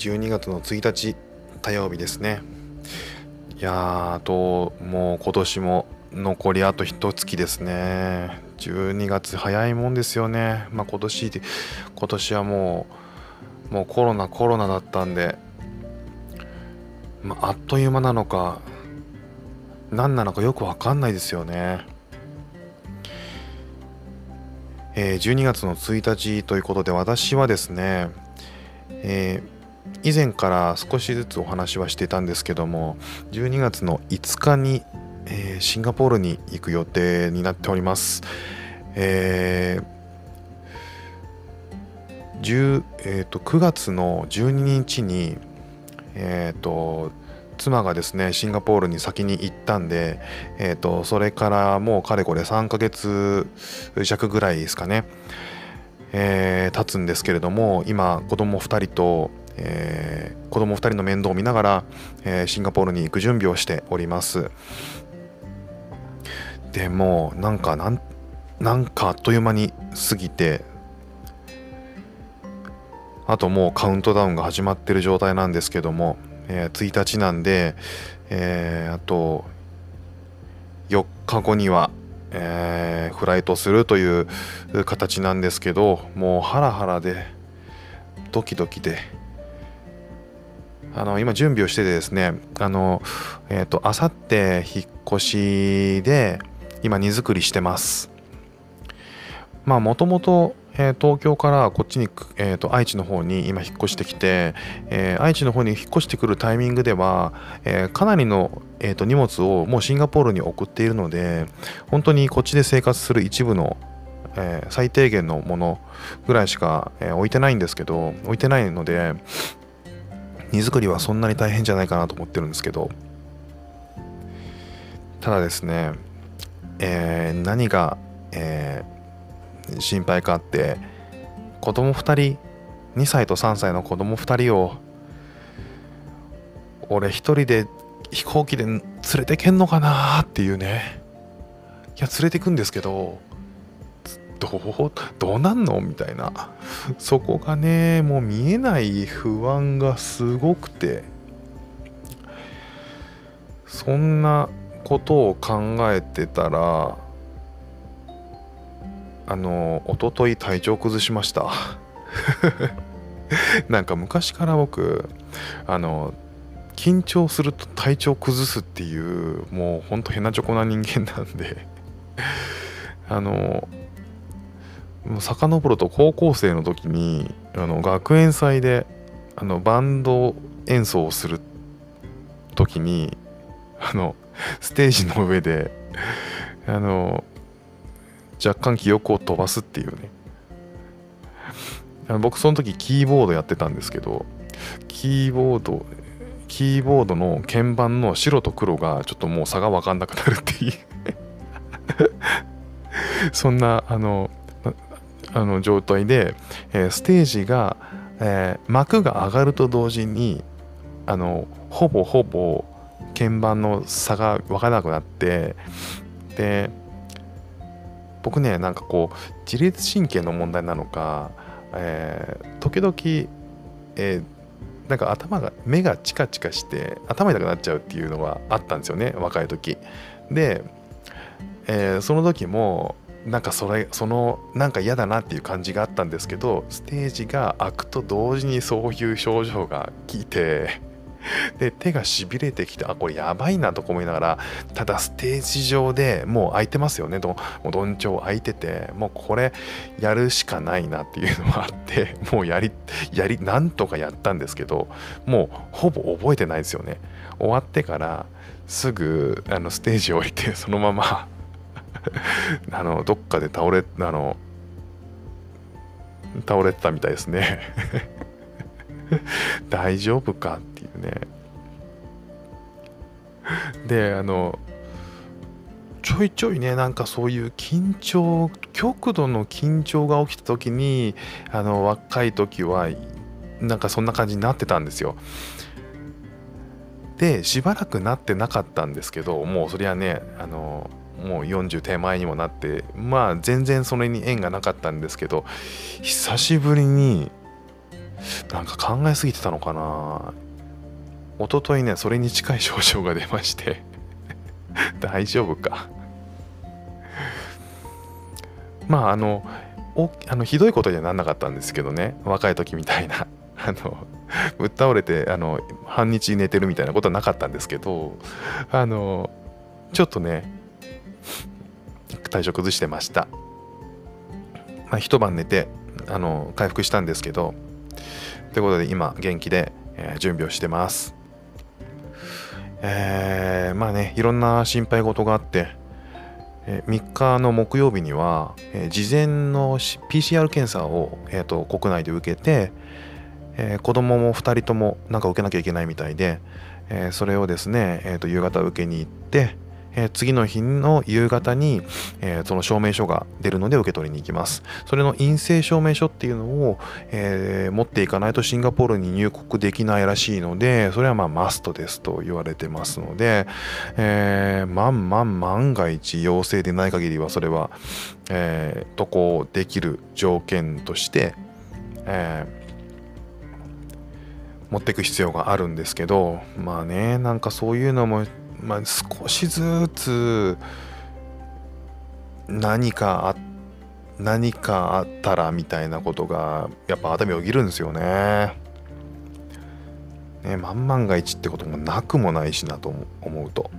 12月の1日火曜日ですね。いやー、もう今年も残りあと一月ですね。12月早いもんですよね。今年はもうコロナだったんで、あっという間なのか何なのかよくわかんないですよね。12月の1日ということで、私はですね、以前から少しずつお話はしてたんですけども、12月の5日に、シンガポールに行く予定になっております。9月の12日に、妻がですねシンガポールに先に行ったんで、それからもうかれこれ3ヶ月弱ぐらいですかね、経つんですけれども、今子供2人と、子供2人の面倒を見ながら、シンガポールに行く準備をしております。でもうなんかあっという間に過ぎて、あともうカウントダウンが始まってる状態なんですけども、1日なんで、あと4日後には、フライトするという形なんですけど、もうハラハラでドキドキで、今準備をしててですね、あさって引っ越しで今荷造りしてます。もともと東京からこっちに、愛知の方に今引っ越してきて、愛知の方に引っ越してくるタイミングでは、かなりの、荷物をもうシンガポールに送っているので、本当にこっちで生活する一部の、最低限のものぐらいしか、置いてないので、荷造りはそんなに大変じゃないかなと思ってるんですけど、ただですね、何が、心配かあって、子供2人、2歳と3歳の子供2人を俺一人で飛行機で連れてけんのかなっていうね。いや連れてくんですけど、どうなんのみたいな、そこがねもう見えない不安がすごくて、そんなことを考えてたら一昨日体調崩しました。なんか昔から僕緊張すると体調崩すっていう、もうほんとヘナチョコな人間なんで、もう遡ると高校生の時に学園祭でバンド演奏をする時にステージの上で若干記憶を飛ばすっていうね。僕その時キーボードやってたんですけど、キーボードの鍵盤の白と黒がちょっともう差が分かんなくなるっていうそんな状態で、ステージが、幕が上がると同時にほぼ鍵盤の差が分からなくなって、で僕ねなんかこう自律神経の問題なのか、時々、なんか目がチカチカして頭痛くなっちゃうっていうのがあったんですよね、若い時で、その時もなんかなんか嫌だなっていう感じがあったんですけど、ステージが開くと同時にそういう症状が来て、で手がしびれてきて、これやばいなとか思いながら、ただステージ上でもう空いてますよね、もうどんちょう空いてて、もうこれやるしかないなっていうのがあって、もうなんとかやったんですけど、もうほぼ覚えてないですよね。終わってからすぐステージ降りて、そのままどっかで倒れてたみたいですね。大丈夫かっていうね。でちょいちょいね、なんかそういう極度の緊張が起きた時に若い時はなんかそんな感じになってたんですよ。でしばらくなってなかったんですけど、もうそりゃねもう40手前にもなって、全然それに縁がなかったんですけど、久しぶりになんか考えすぎてたのかな。一昨日ね、それに近い症状が出まして大丈夫か。まあひどいことにはなんなかったんですけどね、若い時みたいなぶっ倒れて半日寝てるみたいなことはなかったんですけど、ちょっとね体調崩してました。一晩寝て回復したんですけど、ということで今元気で、準備をしてます。まあね、いろんな心配事があって、3日の木曜日には、事前の PCR 検査を、国内で受けて、子供も2人ともなんか受けなきゃいけないみたいで、それをですね、夕方受けに行って、次の日の夕方に、その証明書が出るので受け取りに行きます。それの陰性証明書っていうのを、持っていかないとシンガポールに入国できないらしいので、それはまあマストですと言われてますので、万が一陽性でない限りはそれは、渡航できる条件として、持っていく必要があるんですけど、まあね、なんかそういうのも少しずつ何かあったらみたいなことがやっぱ頭をよぎるんですよね。万が一ってこともなくもないしなと思うと。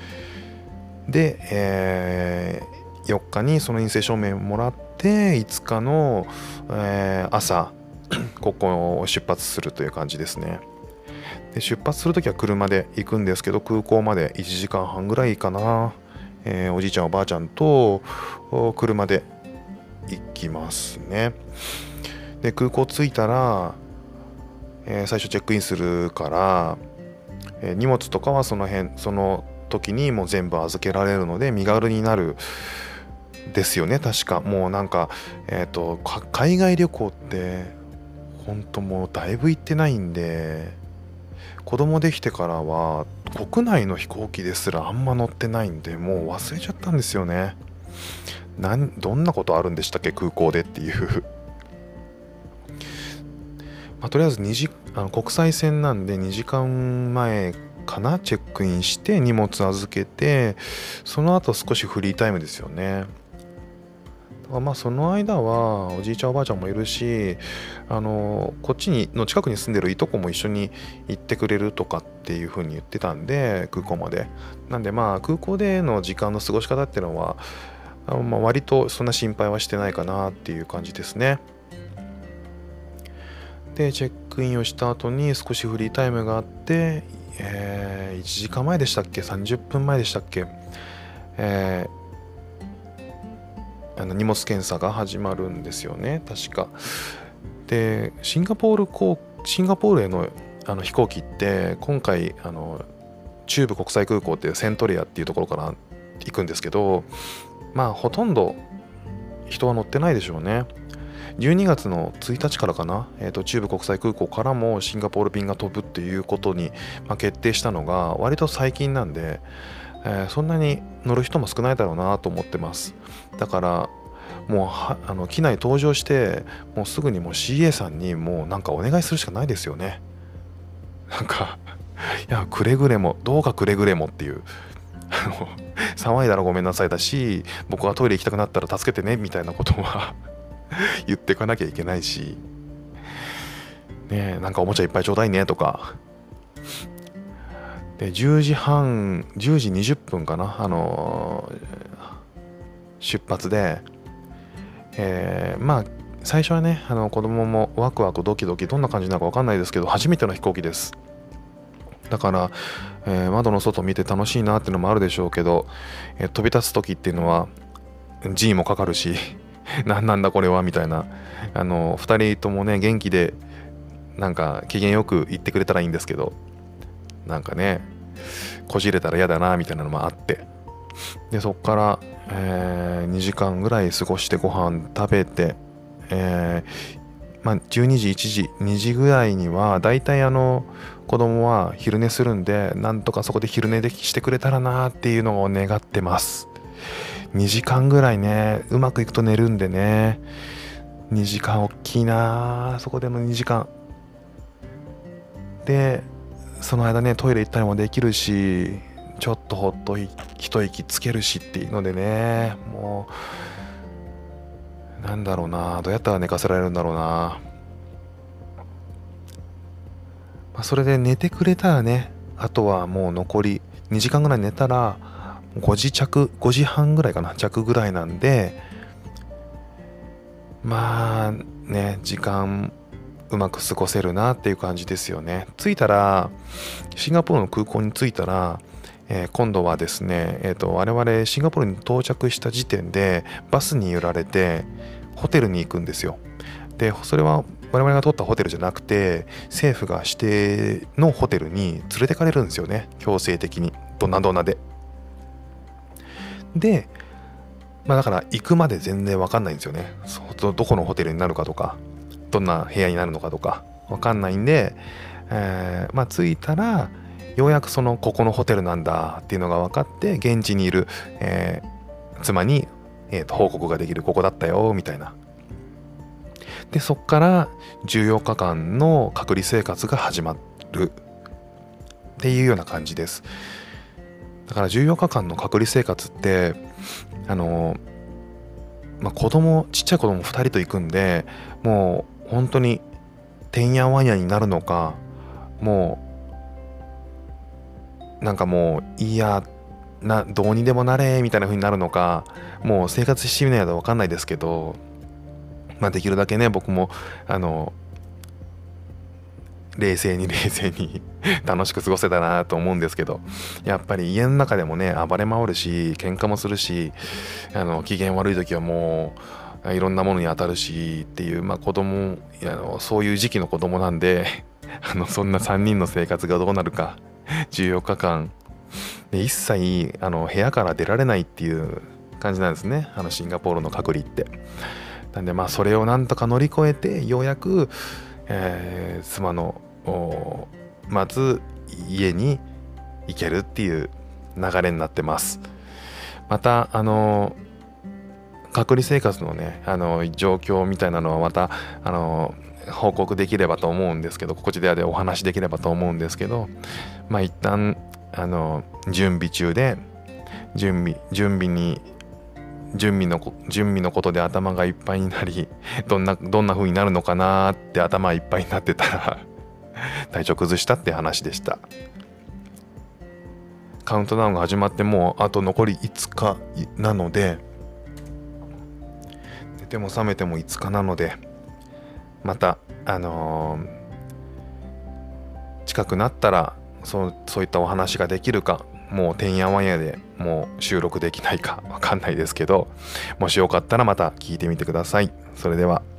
で、4日にその陰性証明をもらって5日の、朝ここを出発するという感じですね。で出発するときは車で行くんですけど、空港まで1時間半ぐらいかな、おじいちゃんおばあちゃんと車で行きますね。で空港着いたら、最初チェックインするから、荷物とかはその時にもう全部預けられるので身軽になるですよね。確かもうなんか、海外旅行って本当もうだいぶ行ってないんで、子供できてからは国内の飛行機ですらあんま乗ってないんで、もう忘れちゃったんですよね。どんなことあるんでしたっけ空港でっていうとりあえず国際線なんで2時間前かなチェックインして荷物預けて、その後少しフリータイムですよね。その間はおじいちゃんおばあちゃんもいるし、こっちの近くに住んでるいとこも一緒に行ってくれるとかっていう風に言ってたんで、空港までなんで空港での時間の過ごし方っていうのは割とそんな心配はしてないかなっていう感じですね。でチェックインをした後に少しフリータイムがあって、1時間前でしたっけ30分前でしたっけ、荷物検査が始まるんですよね確か。でシンガポールへの飛行機って今回中部国際空港ってセントレアっていうところから行くんですけど、ほとんど人は乗ってないでしょうね。12月の1日からかな、中部国際空港からもシンガポール便が飛ぶっていうことに、決定したのが割と最近なんで、そんなに乗る人も少ないだろうなと思ってます。だからもう機内搭乗してもうすぐにもう CA さんにもうなんかお願いするしかないですよね。なんかいやくれぐれもどうかくれぐれもっていう騒いだらごめんなさいだし、僕がトイレ行きたくなったら助けてねみたいなことは言っていかなきゃいけないしね、なんかおもちゃいっぱいちょうだいねとかで10時20分かな出発で、最初はね子供もワクワクドキドキどんな感じなのか分かんないですけど、初めての飛行機です。だから、窓の外見て楽しいなっていうのもあるでしょうけど、飛び立つ時っていうのは G もかかるしなんだこれはみたいな、2人ともね元気でなんか機嫌よく言ってくれたらいいんですけど、なんかねこじれたら嫌だなみたいなのもあって、でそっから、2時間ぐらい過ごしてご飯食べて、12時1時2時ぐらいにはだいたい子供は昼寝するんで、なんとかそこで昼寝でしてくれたらなっていうのを願ってます。2時間ぐらいねうまくいくと寝るんでね、2時間大きいな、そこでの2時間でその間ねトイレ行ったりもできるし、ちょっとほっと一息つけるしっていうのでね、もうなんだろうな、どうやったら寝かせられるんだろうな。それで寝てくれたらね、あとはもう残り2時間ぐらい寝たら5時半ぐらいかな、弱ぐらいなんで、まあね、時間うまく過ごせるなっていう感じですよね。着いたら、シンガポールの空港に着いたら、今度はですね、我々シンガポールに到着した時点でバスに揺られてホテルに行くんですよ。でそれは我々が取ったホテルじゃなくて、政府が指定のホテルに連れてかれるんですよね、強制的に、ドナドナで。でだから行くまで全然わかんないんですよね。どこのホテルになるかとか、どんな部屋になるのかとかわかんないんで、着いたらようやくここのホテルなんだっていうのが分かって、現地にいる、妻に、報告ができる、ここだったよみたいな。でそっから14日間の隔離生活が始まるっていうような感じです。だから14日間の隔離生活ってちっちゃい子供2人と行くんで、もう本当にてんやわんやになるのか、もうなんかもういいやどうにでもなれみたいな風になるのか、もう生活してみないと分かんないですけど、できるだけね、僕も冷静に楽しく過ごせたなと思うんですけど、やっぱり家の中でもね暴れ回るし、喧嘩もするし、機嫌悪い時はもういろんなものに当たるしっていう、子供そういう時期の子供なんでそんな3人の生活がどうなるか、14日間で一切部屋から出られないっていう感じなんですね、シンガポールの隔離って。なんでそれをなんとか乗り越えて、ようやく、妻のまず家に行けるっていう流れになってます。また隔離生活のね状況みたいなのはまた報告できればと思うんですけど、こちらでお話できればと思うんですけど、一旦準備中で、準備のことで頭がいっぱいになり、どんな風になるのかなって頭いっぱいになってたら体調崩したって話でした。カウントダウンが始まってもうあと残り5日なので、寝ても覚めても5日なので、また近くなったらそういったお話ができるか、もうてんやわんやでもう収録できないかわかんないですけど、もしよかったらまた聞いてみてください。それでは。